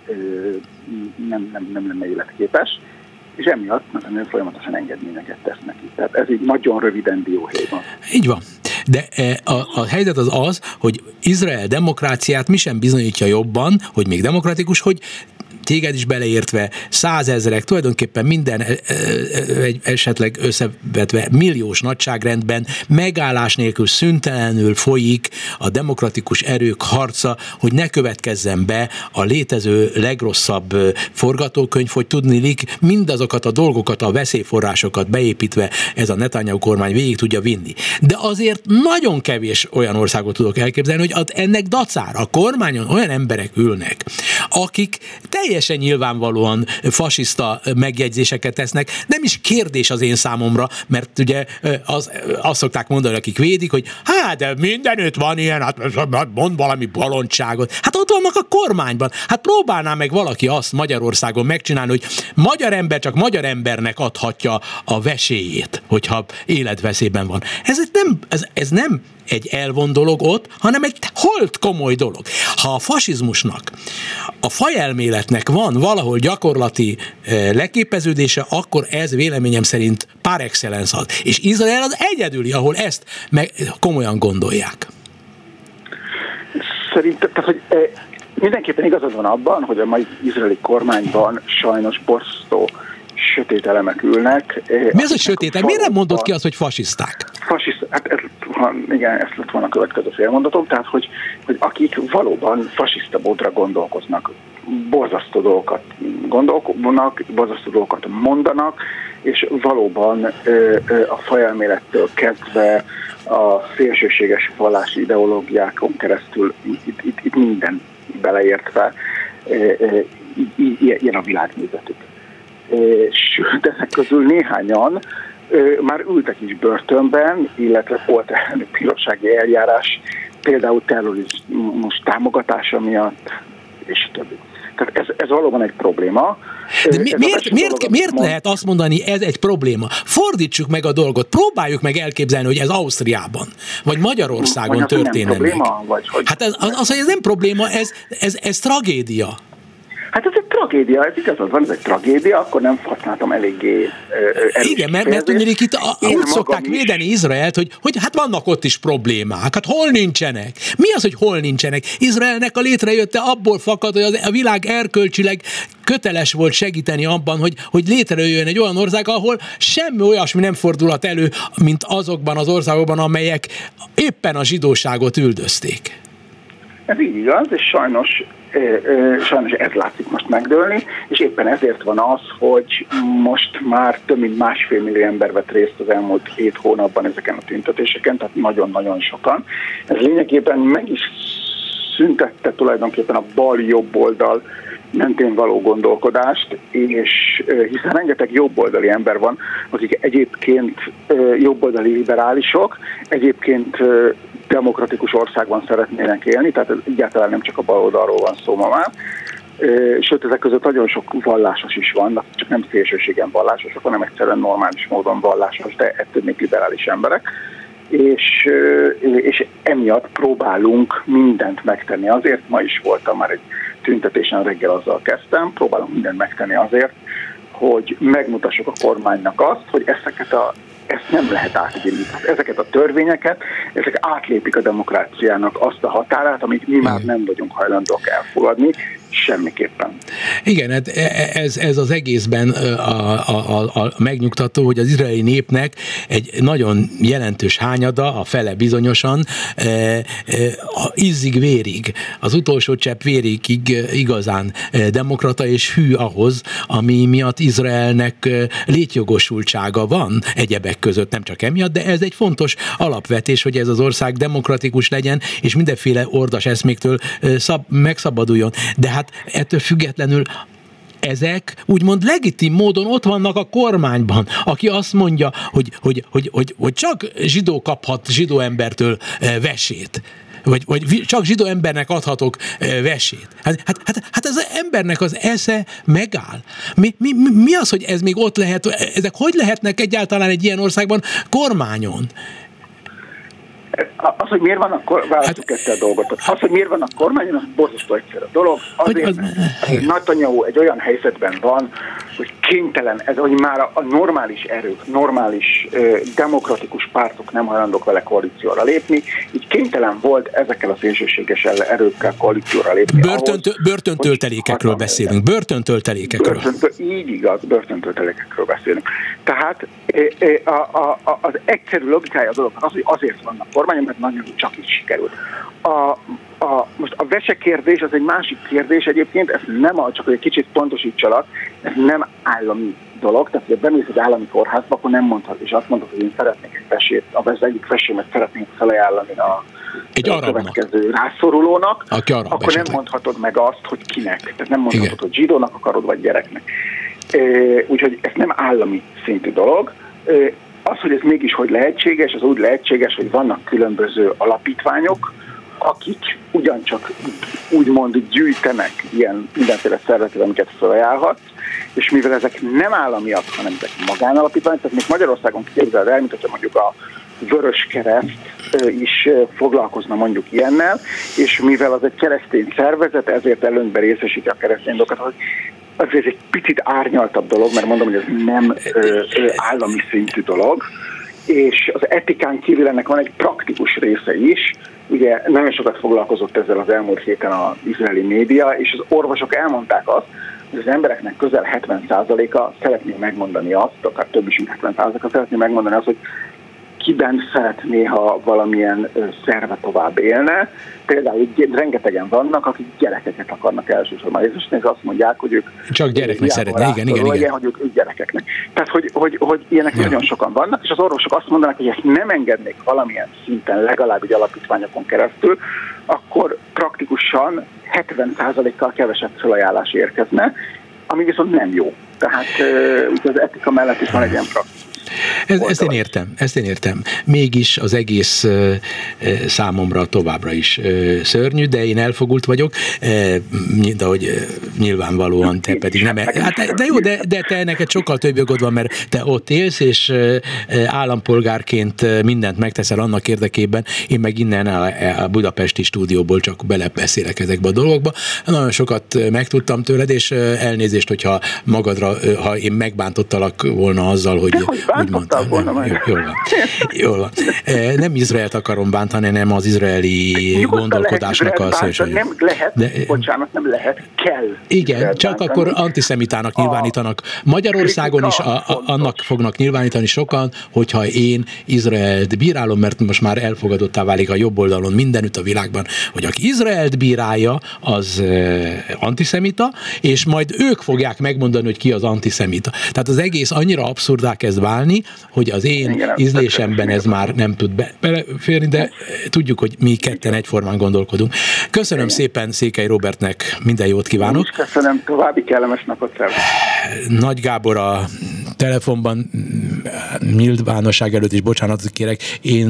nem, nem, nem lenne életképes, és emiatt Netanyahu folyamatosan engedményeket tesz neki. Tehát ez így nagyon röviden dióhéjban. Így van. De a, a helyzet az az, hogy Izrael demokráciát mi sem bizonyítja jobban, hogy még demokratikus, hogy téged is beleértve, százezrek, tulajdonképpen minden egy esetleg összevetve milliós nagyságrendben megállás nélkül szüntelenül folyik a demokratikus erők harca, hogy ne következzen be a létező legrosszabb forgatókönyv, hogy tudniillik mindazokat a dolgokat, a veszélyforrásokat beépítve ez a Netanyahu kormány végig tudja vinni. De azért nagyon kevés olyan országot tudok elképzelni, hogy ennek dacára a kormányon olyan emberek ülnek, akik teljesen nyilvánvalóan fasiszta megjegyzéseket tesznek. Nem is kérdés az én számomra, mert ugye az, azt szokták mondani, akik védik, hogy hát de mindenütt van ilyen, hát mond valami bolondságot. Hát ott vannak a kormányban. Hát próbálná meg valaki azt Magyarországon megcsinálni, hogy magyar ember csak magyar embernek adhatja a vesélyét, hogyha életveszélyben van. Ez nem, ez, ez nem egy elvon dolog ott, hanem egy holt komoly dolog. Ha a fasizmusnak, a fajelméletnek van valahol gyakorlati eh, leképeződése, akkor ez véleményem szerint par excellence az. És Izrael az egyedüli, ahol ezt meg komolyan gondolják. Szerintem, tehát, hogy eh, mindenképpen igazad van abban, hogy a mai izraeli kormányban sajnos borzasztó sötét elemek ülnek. Mi az, hogy sötét? Miért nem mondod ki azt, hogy fasiszták? Fasiszták, hát ez, igen, ez lett volna a következő félmondatom, tehát, hogy, hogy akik valóban fasiszta módra gondolkoznak, borzasztó dolgokat gondolkodnak, borzasztó dolgokat mondanak, és valóban ö, ö, a fajelmélettől kezdve a szélsőséges vallási ideológiákon keresztül itt, itt, itt minden beleértve ö, ö, ilyen a világnézetük. Sőt, ezek közül néhányan ö, már ültek is börtönben, illetve volt bírósági eljárás, például terrorizmus támogatása miatt, és többi. Tehát ez, ez valóban egy probléma. De mi, miért miért, miért mond... lehet azt mondani, ez egy probléma? Fordítsuk meg a dolgot, próbáljuk meg elképzelni, hogy ez Ausztriában, vagy Magyarországon vagy történne probléma, vagy hogy... Hát az, az, az, hogy ez nem probléma, ez, ez, ez tragédia. Hát ez egy tragédia, ez igaz, van, ez egy tragédia, akkor nem használtam eléggé erős. Igen, mert, mert tudnék itt a, úgy szokták is védeni Izraelt, hogy, hogy hát vannak ott is problémák, hát hol nincsenek? Mi az, hogy hol nincsenek? Izraelnek a létrejötte abból fakad, hogy a világ erkölcsileg köteles volt segíteni abban, hogy, hogy létrejöjjön egy olyan ország, ahol semmi olyasmi nem fordulhat elő, mint azokban az országokban, amelyek éppen a zsidóságot üldözték. Ez így igaz, és sajnos, sajnos ez látszik most megdőlni, és éppen ezért van az, hogy most már több mint másfél millió ember vett részt az elmúlt hét hónapban ezeken a tüntetéseken, tehát nagyon-nagyon sokan. Ez lényegében meg is szüntette tulajdonképpen a bal-jobb oldal mentén való gondolkodást, és hiszen rengeteg jobboldali ember van, akik egyébként jobboldali liberálisok, egyébként demokratikus országban szeretnének élni, tehát egyáltalán nem csak a baloldalról van szó ma már. Sőt, ezek között nagyon sok vallásos is vannak, csak nem szélsőségen vallásosok, hanem egyszerűen normális módon vallásos, de ettől még liberális emberek. És, és emiatt próbálunk mindent megtenni azért, ma is voltam már egy tüntetésen, reggel azzal kezdtem, próbálunk mindent megtenni azért, hogy megmutassuk a kormánynak azt, hogy ezeket a ezt nem lehet átvinni. Ezeket a törvényeket, ezek átlépik a demokráciának azt a határát, amit mi már nem vagyunk hajlandók elfogadni, semmiképpen. Igen, hát ez, ez az egészben a, a, a, a megnyugtató, hogy az izraeli népnek egy nagyon jelentős hányada, a fele bizonyosan, e, e, izzig-vérig, az utolsó csepp vérig igazán demokrata és hű ahhoz, ami miatt Izraelnek létjogosultsága van egyebek között, nem csak emiatt, de ez egy fontos alapvetés, hogy ez az ország demokratikus legyen, és mindenféle ordas eszméktől szab, megszabaduljon. De hát ettől függetlenül ezek úgymond legitim módon ott vannak a kormányban, aki azt mondja, hogy, hogy, hogy, hogy, hogy csak zsidó kaphat zsidó embertől vesét. Vagy, vagy csak zsidó embernek adhatok vesét. Hát, hát, hát, hát ez az embernek az esze megáll. Mi, mi, mi az, hogy ez még ott lehet, ezek hogy lehetnek egyáltalán egy ilyen országban kormányon? Az, hogy miért van a kormányon, választjuk hát, ezt a dolgot. Az, hogy miért van a kormányon, az borzasztó egyszerű a dolog. Azért, az, hogy Netanyahu egy olyan helyzetben van, hogy kénytelen, ez, hogy már a, a normális erők, normális ö, demokratikus pártok nem hajlandók vele koalícióra lépni, így kénytelen volt ezekkel a szélsőséges erőkkel koalícióra lépni. Börtöntö, börtöntöltelékekről beszélünk. Börtöntöltelékekről. Börtöntö, így igaz, börtöntöltelékekről beszélünk. Tehát a, a, a, az egyszerű logikája a dolog az, hogy azért van a kormányon, mert nagyon csak így sikerült. A, a, most a vese kérdés az egy másik kérdés egyébként, ez nem, csak hogy egy kicsit pontosítsalak, ez nem állami dolog, tehát ha bemész egy állami kórházba, akkor nem mondhat, és azt mondod, hogy én szeretnék egy vesét, az egyik vesémet szeretnék felajánlani a egy következő rászorulónak, akkor esetleg. Nem mondhatod meg azt, hogy kinek. Tehát nem mondhatod, igen, hogy zsidónak akarod, vagy gyereknek. E, úgyhogy ez nem állami szintű dolog. E, az, hogy ez mégis hogy lehetséges, az úgy lehetséges, hogy vannak különböző alapítványok, akik ugyancsak úgymond gyűjtenek ilyen mindenféle szervezetet, amiket felajánlhatsz, és mivel ezek nem államiak, hanem ezek magánalapítványok, tehát még Magyarországon képzeld el, mint hogyha mondjuk a Vöröskereszt is foglalkozna mondjuk ilyennel, és mivel az egy keresztény szervezet, ezért előnyben részesíti a keresztény dolgokat, hogy azért egy picit árnyaltabb dolog, mert mondom, hogy ez nem ö, ö, állami szintű dolog, és az etikán kívül ennek van egy praktikus része is. Ugye nagyon sokat foglalkozott ezzel az elmúlt héten az izraeli média, és az orvosok elmondták azt, hogy az embereknek közel hetven százaléka szeretné megmondani azt, akár több is, mint hetven százaléka szeretné megmondani azt, hogy kiben szeretné, ha valamilyen szerve tovább élne. Például rengetegen vannak, akik gyerekeket akarnak elsősorban. És azt mondják, hogy ők... Csak gyereknek szeretne, igen, igen, igen. Hogy ők, ők gyerekeknek. Tehát, hogy, hogy, hogy ilyenek ja. nagyon sokan vannak, és az orvosok azt mondanak, hogy ezt nem engednék valamilyen szinten, legalább egy alapítványokon keresztül, akkor praktikusan hetven százalékkal kevesebb felajánlás érkezne, ami viszont nem jó. Tehát az etika mellett is van egy ilyen praktikus. Ez, ezt én értem, ezt én értem. Mégis az egész uh, számomra továbbra is uh, szörnyű, de én elfogult vagyok, uh, de hogy uh, nyilvánvalóan te pedig nem. Hát, de jó, de, de te neked sokkal több jogod van, mert te ott élsz, és uh, állampolgárként mindent megteszel annak érdekében, én meg innen a, a budapesti stúdióból csak belebeszélek ezekbe a dolgokba. Nagyon sokat megtudtam tőled, és elnézést, hogyha magadra, ha én megbántottalak volna azzal, hogy úgy mondtam. Nem, jó, jól van. Jól van. Nem Izraelt akarom bántani, hanem az izraeli nyugodtan gondolkodásnak a szélsőjét. Nem lehet, de, bocsánat, nem lehet, kell. Igen, csak bántani. Akkor antiszemitának nyilvánítanak. Magyarországon is a, a, annak fognak nyilvánítani sokan, hogyha én Izraelt bírálom, mert most már elfogadottá válik a jobb oldalon mindenütt a világban, hogy aki Izraelt bírálja, az antiszemita, és majd ők fogják megmondani, hogy ki az antiszemita. Tehát az egész annyira abszurdá kezd válni, hogy az én igen, ízlésemben ez már nem tud be, beleférni, de tudjuk, hogy mi ketten egyformán gondolkodunk. Köszönöm igen. szépen Székely Róbertnek, minden jót kívánok. Köszönöm, további kellemes napot. Nagy Gábor a telefonban, nyilvánosság előtt is bocsánatot kérek,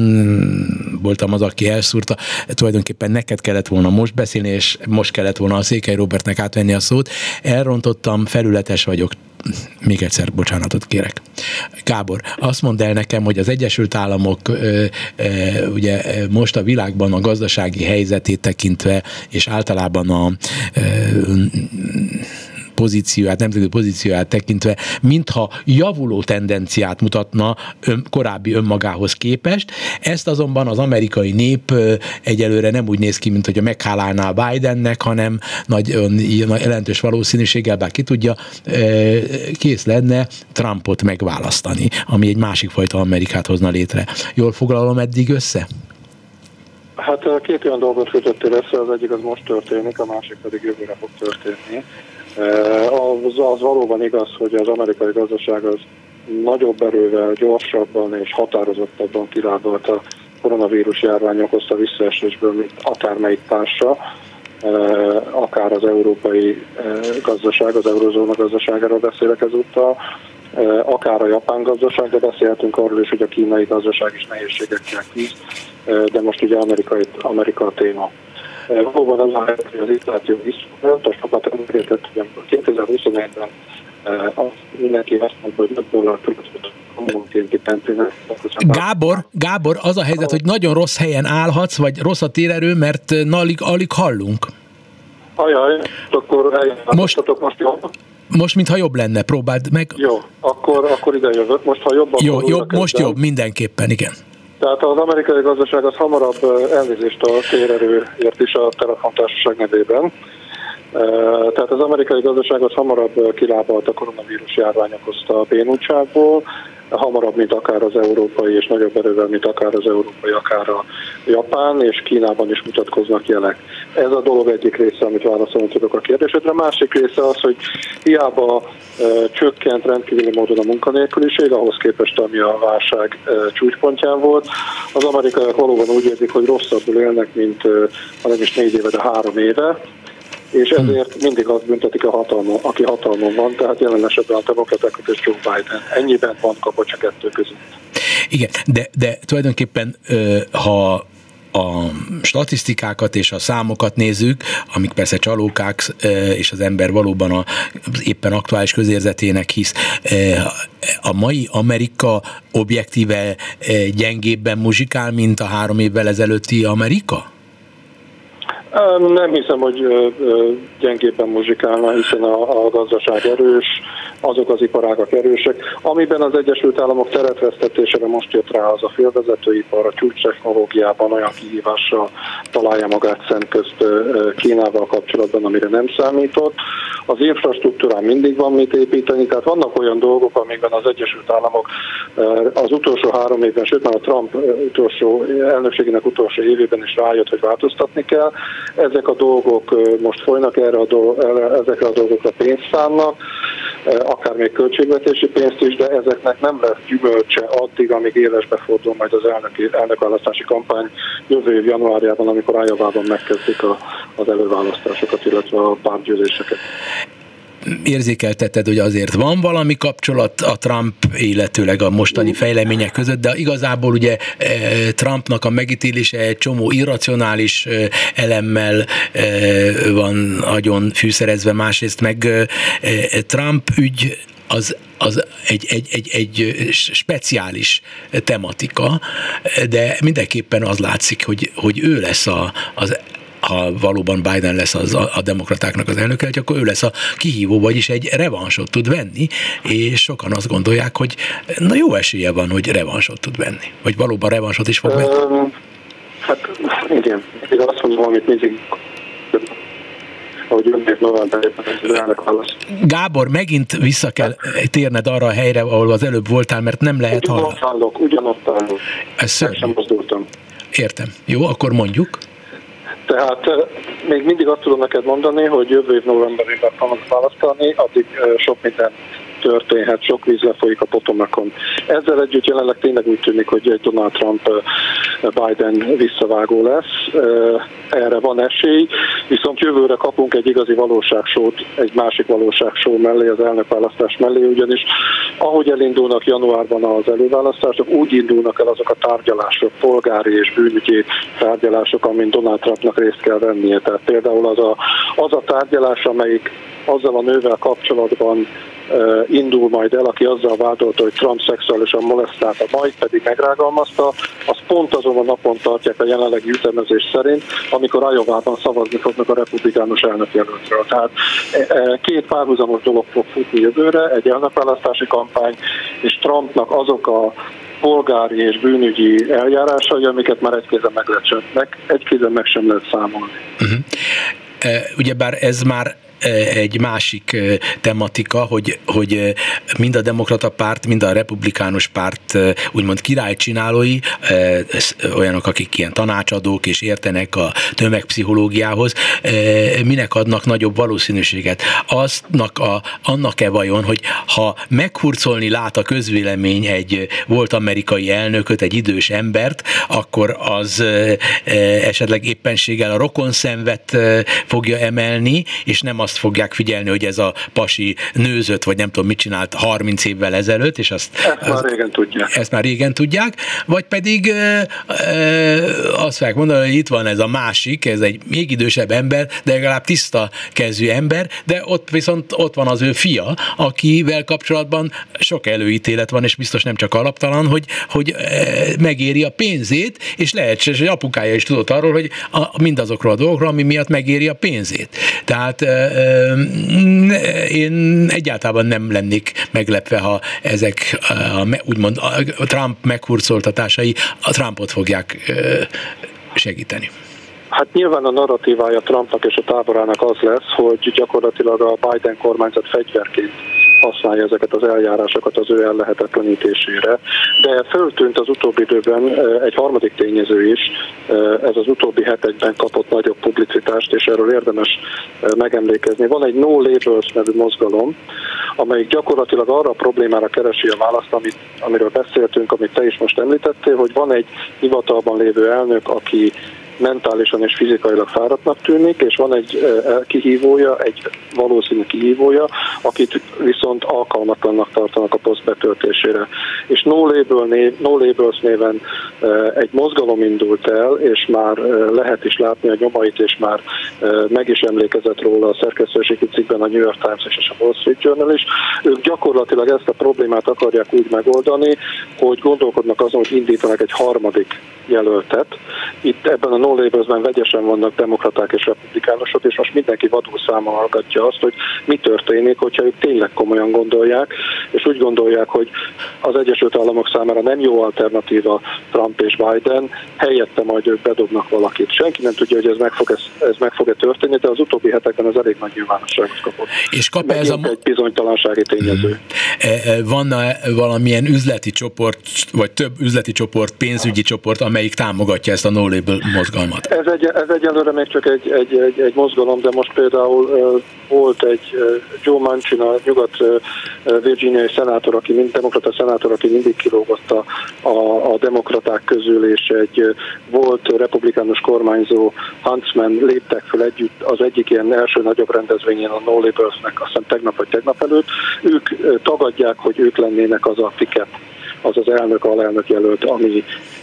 én voltam az, aki elszúrta, tulajdonképpen neked kellett volna most beszélni, és most kellett volna a Székely Róbertnek átvenni a szót. Elrontottam, felületes vagyok, még egyszer bocsánatot kérek. Gábor, azt mondd el nekem, hogy az Egyesült Államok ö, ö, ugye most a világban a gazdasági helyzetét tekintve, és általában a ö, pozícióját, nemzetközi pozícióját tekintve, mintha javuló tendenciát mutatna ön, korábbi önmagához képest. Ezt azonban az amerikai nép egyelőre nem úgy néz ki, mint hogy a meghálálná Bidennek, hanem nagy, nagy jelentős valószínűséggel, bár ki tudja, kész lenne Trumpot megválasztani, ami egy másik fajta Amerikát hozna létre. Jól foglalom eddig össze? Hát két olyan dolgot kötöttél össze, az egyik az most történik, a másik pedig jövőre fog történni. Az, az valóban igaz, hogy az amerikai gazdaság az nagyobb erővel, gyorsabban és határozottabban kilábalt a koronavírus járvány okozta visszaesésből, mint akármelyik társa, akár az európai gazdaság, az eurozóna gazdaságáról beszélek ezúttal, akár a japán gazdaság, de beszélhetünk arról is, hogy a kínai gazdaság is nehézségekkel küzd, de most ugye Amerikai, Amerika a téma. Valóban az a helyzet, hogy az infláció visszament, sokat említett, hogy kétezer-huszonegyben mindenki azt mondta, hogy öt dollár tudott homonkénti pentének. Gábor, Gábor, az a helyzet, hogy nagyon rossz helyen állhatsz, vagy rossz a térerő, mert na, alig, alig hallunk. Ajaj, akkor eljátszhatok most jobb. Most, mintha jobb lenne, próbáld meg. Jó, akkor, akkor ide jövök. Most, ha jobb, jó, jobb most kezdem. Jobb, mindenképpen, igen. Tehát az amerikai gazdaság az hamarabb elnézést a térerőért is a telefontársaság nevében. Tehát az amerikai gazdaság az hamarabb kilábalt a koronavírus járvány okozta a bénultságból, hamarabb, mint akár az európai, és nagyobb erővel, mint akár az európai, akár a Japán, és Kínában is mutatkoznak jelek. Ez a dolog egyik része, amit válaszolni tudok a kérdésedre. A másik része az, hogy hiába e, csökkent rendkívüli módon a munkanélküliség, ahhoz képest, ami a válság e, csúcspontján volt. Az amerikaiak valóban úgy érzik, hogy rosszabbul élnek, mint e, ha nem is négy éve, de három éve. És ezért mindig azt büntetik, a hatalmon, aki hatalmon van, tehát jelen esetben a demokratákat és Joe Biden. Ennyiben van kapocs a kettő között. Igen, de, de tulajdonképpen ha a statisztikákat és a számokat nézzük, amik persze csalókák, és az ember valóban a éppen aktuális közérzetének hisz, a mai Amerika objektíve gyengébben muzsikál, mint a három évvel ezelőtti Amerika? Nem hiszem, hogy gyengébben muzsikálna, hiszen a, a gazdaság erős, azok az iparágak erősek. Amiben az Egyesült Államok teretvesztetésére most jött rá, az a félvezetőipar, a csúcstechnológiában olyan kihívással találja magát szemközt Kínával kapcsolatban, amire nem számított. Az infrastruktúrán mindig van mit építeni, tehát vannak olyan dolgok, amikben az Egyesült Államok az utolsó három évben, sőt már a Trump utolsó, elnökségének utolsó évében is rájött, hogy változtatni kell. Ezek a dolgok most folynak, erre a dolg, ezekre a dolgokra pénzt szánnak, akár még költségvetési pénzt is, de ezeknek nem lesz gyümölcse addig, amíg élesbe fordul majd az elnöki, elnökválasztási kampány jövő év januárjában, amikor Iowában megkezdik a, az előválasztásokat, illetve a pártgyűléseket. érzékelteted, hogy azért van valami kapcsolat a Trump, illetőleg a mostani fejlemények között, de igazából ugye Trumpnak a megítélése egy csomó irracionális elemmel van nagyon fűszerezve, másrészt meg Trump ügy az, az egy, egy, egy, egy speciális tematika, de mindenképpen az látszik, hogy, hogy ő lesz a, az ha valóban Biden lesz az a, a demokratáknak az elnöke, hogy akkor ő lesz a kihívó, vagyis egy revansot tud venni, és sokan azt gondolják, hogy na jó esélye van, hogy revansot tud venni. Vagy valóban revansot is fog venni. Um, hát igen, én azt mondom, amit mindig ahogy önnék novemberében az elnök válasz. Gábor, megint vissza kell térned arra a helyre, ahol az előbb voltál, mert nem lehet hallani. Ugyanott állok, ugyanott állok. Ez szörnyű. Sem mozdultam. Értem. Jó, akkor mondjuk. Tehát még mindig azt tudom neked mondani, hogy jövő év novemberében fognak választani, addig sok minden történhet, sok víz lefolyik a Potomacon. Ezzel együtt jelenleg tényleg úgy tűnik, hogy egy Donald Trump Biden visszavágó lesz. Erre van esély, viszont jövőre kapunk egy igazi valóságsót, egy másik valóságsó mellé, az elnökválasztás mellé, ugyanis ahogy elindulnak januárban az előválasztások, úgy indulnak el azok a tárgyalások, polgári és bűnügyi tárgyalások, amin Donald Trumpnak részt kell vennie. Tehát például az a, az a tárgyalás, amelyik azzal a nővel kapcsolatban uh, indul majd el, aki azzal vádolta, hogy Trump szexuálisan molesztálta, majd pedig megrágalmazta, az pont azon a napon tartják a jelenlegi ütemezés szerint, amikor Iowában szavazni fognak a republikánus elnökjelöltről. Tehát uh, két párhuzamos dolog fog futni jövőre, egy elnökválasztási kampány, és Trumpnak azok a polgári és bűnügyi eljárásai, amiket már egy kézen meg, lehet, meg, egy kézen meg sem lehet számolni. Uh-huh. Uh, ugyebár ez már egy másik tematika, hogy, hogy mind a demokrata párt, mind a republikánus párt úgymond királycsinálói, olyanok, akik ilyen tanácsadók és értenek a tömegpszichológiához, minek adnak nagyobb valószínűséget? Aznak a, annak-e vajon, hogy ha meghurcolni lát a közvélemény egy volt amerikai elnököt, egy idős embert, akkor az esetleg éppenséggel a rokonszenvet fogja emelni, és nem azt fogják figyelni, hogy ez a pasi nőzött, vagy nem tudom mit csinált harminc évvel ezelőtt, és azt, ezt már azt, régen tudják. Ezt már régen tudják, vagy pedig e, e, azt fogják mondani, hogy itt van ez a másik, ez egy még idősebb ember, de legalább tiszta kezű ember, de ott viszont ott van az ő fia, akivel kapcsolatban sok előítélet van, és biztos nem csak alaptalan, hogy, hogy megéri a pénzét, és lehetséges, hogy apukája is tudott arról, hogy a, mindazokról a dolgokról, ami miatt megéri a pénzét. Tehát én egyáltalán nem lennék meglepve, ha ezek a, úgymond a Trump meghurcoltatásai a Trumpot fogják segíteni. Hát nyilván a narratívája Trumpnak és a táborának az lesz, hogy gyakorlatilag a Biden kormányzat fegyverként használja ezeket az eljárásokat az ő ellehetetlenítésére. De föltűnt az utóbbi időben egy harmadik tényező is, ez az utóbbi hetekben kapott nagyobb publicitást, és erről érdemes megemlékezni. Van egy No Labels nevű mozgalom, amelyik gyakorlatilag arra a problémára keresi a választ, amit, amiről beszéltünk, amit te is most említettél, hogy van egy hivatalban lévő elnök, aki mentálisan és fizikailag fáradtnak tűnik, és van egy kihívója, egy valószínű kihívója, akit viszont alkalmatlannak tartanak a poszt betöltésére. És No, Label név, no Labels néven egy mozgalom indult el, és már lehet is látni a nyomait, és már meg is emlékezett róla a szerkesztőségi cikkben a New York Times és a Wall Street Journal is. Ők gyakorlatilag ezt a problémát akarják úgy megoldani, hogy gondolkodnak azon, hogy indítanak egy harmadik jelöltet. Itt ebben a No Labelsben vegyesen vannak demokraták és republikánusok, és most mindenki vadul számon hallgatja azt, hogy mi történik, hogyha ők tényleg komolyan gondolják, és úgy gondolják, hogy az Egyesült Államok számára nem jó alternatíva Trump és Biden, helyette majd ők bedobnak valakit. Senki nem tudja, hogy ez meg fog, ez, ez meg fog-e történni, de az utóbbi hetekben ez elég nagy nyilvánosságot kapott. És kap ez a... egy bizonytalansági tényező. Van valamilyen üzleti csoport, vagy több üzleti csoport, pénzügyi csoport, amelyik támogatja ezt a No Label mozgalmat? Ez, egy, ez egyelőre még csak egy, egy, egy, egy mozgalom, de most például volt egy Joe Manchin, a nyugat-virginiai szenátor, aki mind, demokrata szenátor, aki mindig kilógott a, a, a demokraták közül, és egy volt republikánus kormányzó Huntsman léptek fel együtt az egyik ilyen első nagyobb rendezvényen, a No Labels-nek, azt hiszem tegnap vagy tegnap előtt. Ők tagadják, hogy ők lennének az a ticket, az az elnök, alelnök jelölt, ami,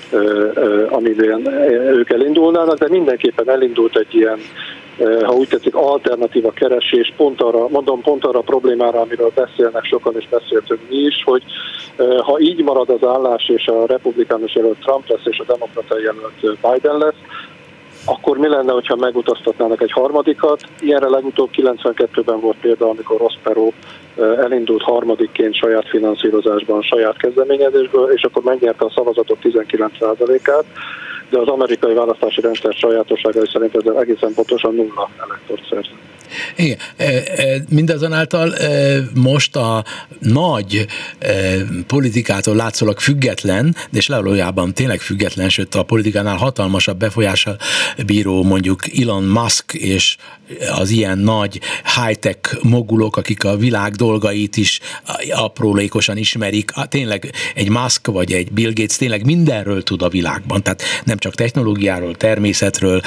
amiben ők elindulnának, de mindenképpen elindult egy ilyen, ha úgy tetszik, alternatíva keresés, pont arra, mondom pont arra a problémára, amiről beszélnek sokan, és beszéltünk mi is, hogy ha így marad az állás, és a republikánus jelölt Trump lesz, és a demokrata jelölt Biden lesz, akkor mi lenne, hogyha megutaztatnának egy harmadikat? Ilyenre legutóbb kilencvenkettőben volt példa, amikor Ross Perot elindult harmadikként saját finanszírozásban, saját kezdeményezésből, és akkor megnyerte a szavazatok tizenkilenc százalékát, de az amerikai választási rendszer sajátosságai szerint ezzel egészen pontosan nulla elektort szerzett. Igen, mindazonáltal most a nagy politikától látszólag független, de és valójában tényleg független, sőt a politikánál hatalmasabb befolyással bíró mondjuk Elon Musk és az ilyen nagy high-tech mogulok, akik a világ dolgait is aprólékosan ismerik, tényleg egy Musk vagy egy Bill Gates tényleg mindenről tud a világban, tehát nem csak technológiáról, természetről,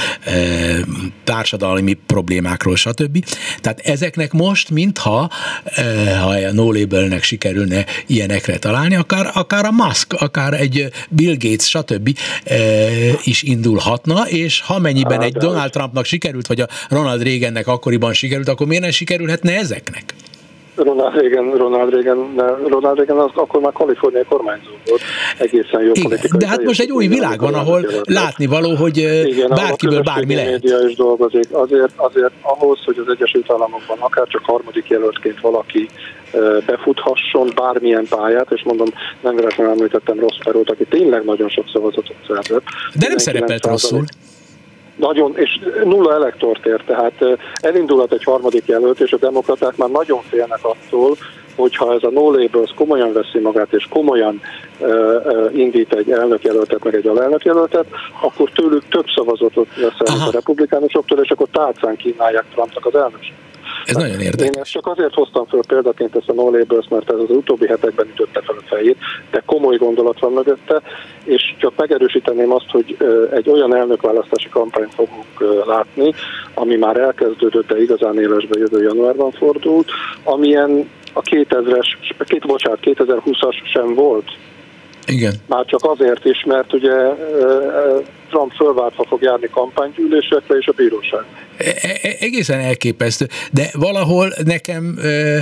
társadalmi problémákról, stb. Tehát ezeknek most, mintha ha a No Labelnek sikerülne ilyenekre találni, akár, akár a Musk, akár egy Bill Gates, stb. Is indulhatna, és ha mennyiben egy Donald Trumpnak sikerült, vagy a Ronald Reagannek akkoriban sikerült, akkor miért nem sikerülhetne ezeknek? Ronald Reagan, Ronald Reagan, Ronald Reagan az akkor már kaliforniai kormányzó volt, egészen jó politikai. De hát most egy új világ van, ahol látnivaló, hogy igen, bárkiből bármi lehet. Igen, a média is dolgozik. Azért, azért ahhoz, hogy az Egyesült Államokban akár csak harmadik jelöltként valaki befuthasson bármilyen pályát, és mondom, nem véletlenül említettem Ross Perot, aki tényleg nagyon sok szavazatot szerzett. De nem szerepelt rosszul. Nagyon, és nulla elektort ér, tehát elindulhat egy harmadik jelölt, és a demokraták már nagyon félnek attól, hogyha ez a No Labels komolyan veszi magát, és komolyan uh, uh, indít egy elnökjelöltet, meg egy alelnökjelöltet, akkor tőlük több szavazatot lesz a republikánusoktól, és akkor tálcán kínálják Trumpnak az elnökséget. Ez hát nagyon érdekes. Én ezt csak azért hoztam föl példaként ezt a No Labels, mert ez az utóbbi hetekben ütötte fel a fejét, de komoly gondolat van mögötte, és csak megerősíteném azt, hogy egy olyan elnökválasztási kampányt fogunk látni, ami már elkezdődött, de igazán élesbe jövő januárban fordult, amilyen a kétezres, két, bocsánat, kétezer-húszas sem volt. Igen. Már csak azért is, mert ugye Trump fölváltva fog járni kampánygyűlésekre és a bíróság. Egészen elképesztő, de valahol nekem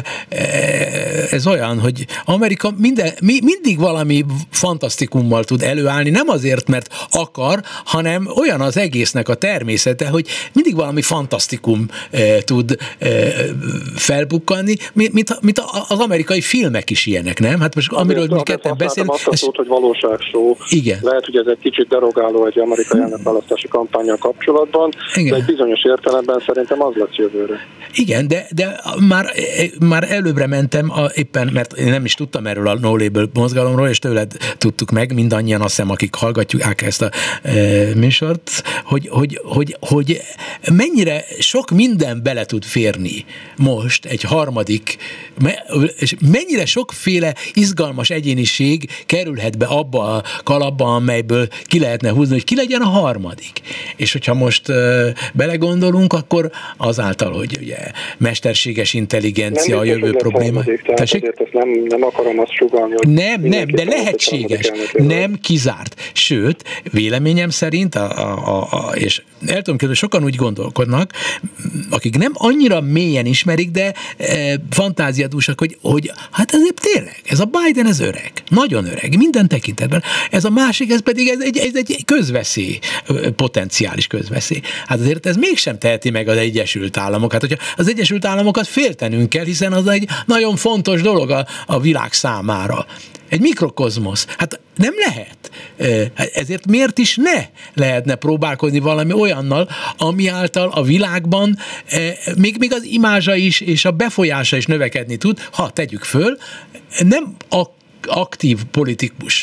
ez olyan, hogy Amerika minden, mindig valami fantasztikummal tud előállni, nem azért, mert akar, hanem olyan az egésznek a természete, hogy mindig valami fantasztikum tud felbukkanni, mint, mint az amerikai filmek is ilyenek, nem? Hát most amiről mi ketten beszélünk. Azt a szót, hogy valóságshow. Igen. Lehet, hogy ez egy kicsit derogáló egy amerikai elnökválasztási kampánnyal kapcsolatban, igen. De egy bizonyos értelemben szerintem az lesz jövőre. Igen, de, de már, már előbbre mentem, a, éppen, mert én nem is tudtam erről a No Label mozgalomról, és tőled tudtuk meg, mindannyian azt hiszem, akik hallgatjuk ezt a e, műsort, hogy, hogy, hogy, hogy mennyire sok minden bele tud férni most egy harmadik, és mennyire sokféle izgalmas egyéniség kerülhet be abba a kalapba, amelyből ki lehetne húzni, hogy ki legyen a harmadik. És hogyha most uh, belegondolunk, akkor azáltal, hogy ugye mesterséges intelligencia nem a jövő probléma. Tehát azért ezt nem, nem akarom azt sugallni, hogy nem, nem, de lehetséges, nem kizárt. Sőt, véleményem szerint, a, a, a, és el tudom képzelni, sokan úgy gondolkodnak, akik nem annyira mélyen ismerik, de e, fantáziadúsak, hogy, hogy hát ezért tényleg, ez a Biden, ez öreg, nagyon öreg, minden tekintetben. Ez a másik, ez pedig ez egy, ez egy közveszély, potenciális közveszély. Hát azért ez mégsem teheti meg az Egyesült Államok. Hát hogyha az Egyesült Államokat féltenünk kell, hiszen az egy nagyon fontos dolog a, a világ számára. Egy mikrokozmosz. Hát nem lehet. Ezért miért is ne lehetne próbálkozni valami olyannal, ami által a világban még, még az imázsa is és a befolyása is növekedni tud, ha tegyük föl, nem a aktív politikus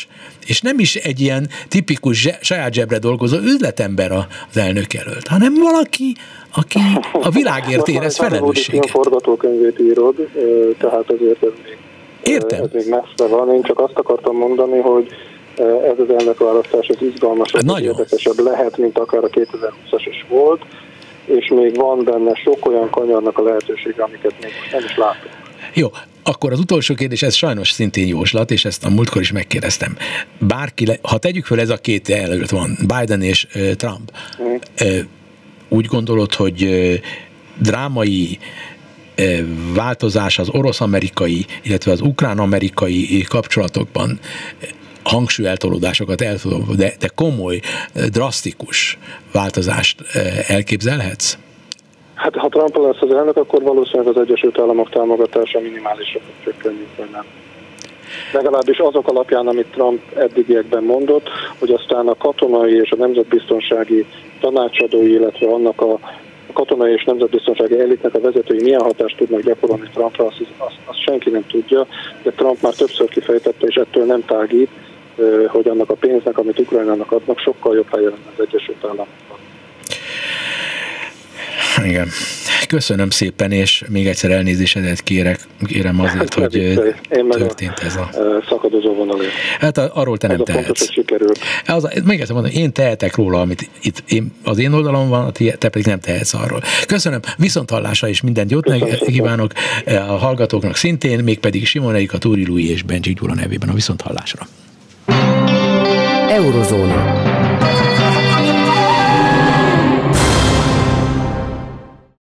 És nem is egy ilyen tipikus zse, saját zsebre dolgozó üzletember az elnök jelölt, hanem valaki, aki a világért érez felelősséget. Forgatókönyvét írod, tehát azért ez még, Értem. ez még messze van. Én csak azt akartam mondani, hogy ez az elnökválasztás az izgalmasabb, hát érdekesebb lehet, mint akár a kétezer-húszas is volt, és még van benne sok olyan kanyarnak a lehetősége, amiket még nem is látunk. Jó, akkor az utolsó kérdés, ez sajnos szintén jóslat, és ezt a múltkor is megkérdeztem. Bárki, le, ha tegyük föl, ez a két jelölt van, Biden és uh, Trump, mm. uh, úgy gondolod, hogy uh, drámai uh, változás az orosz-amerikai, illetve az ukrán-amerikai kapcsolatokban hangsúlyeltolódásokat el tudom, de, de komoly, drasztikus változást elképzelhetsz? Hát ha Trump lesz az elnök, akkor valószínűleg az Egyesült Államok támogatása minimálisra fog csökkenni, vagy nem. Legalábbis azok alapján, amit Trump eddigiekben mondott, hogy aztán a katonai és a nemzetbiztonsági tanácsadói, illetve annak a katonai és nemzetbiztonsági elitnek a vezetői milyen hatást tudnak gyakorolni Trumpra, azt, azt, azt senki nem tudja, de Trump már többször kifejtette, és ettől nem tágít, hogy annak a pénznek, amit Ukrajnának adnak, sokkal jobb helye lenne az Egyesült Államokban. Igen. Köszönöm szépen, és még egyszer elnézésedet kérek, kérem azért, hogy történt ez a szakadozó vonalé. Hát arról te nem ez tehetsz. Fontos, hogy sikerült. Az, még egyszer mondom, én tehetek róla, amit itt én, az én oldalon van, te pedig nem tehetsz arról. Köszönöm, viszonthallásra és mindent jót meg kívánok a hallgatóknak szintén, mégpedig Simon Erika, Túri Lúi és Bencsik Gyula nevében a viszonthallásra. Eurozóna.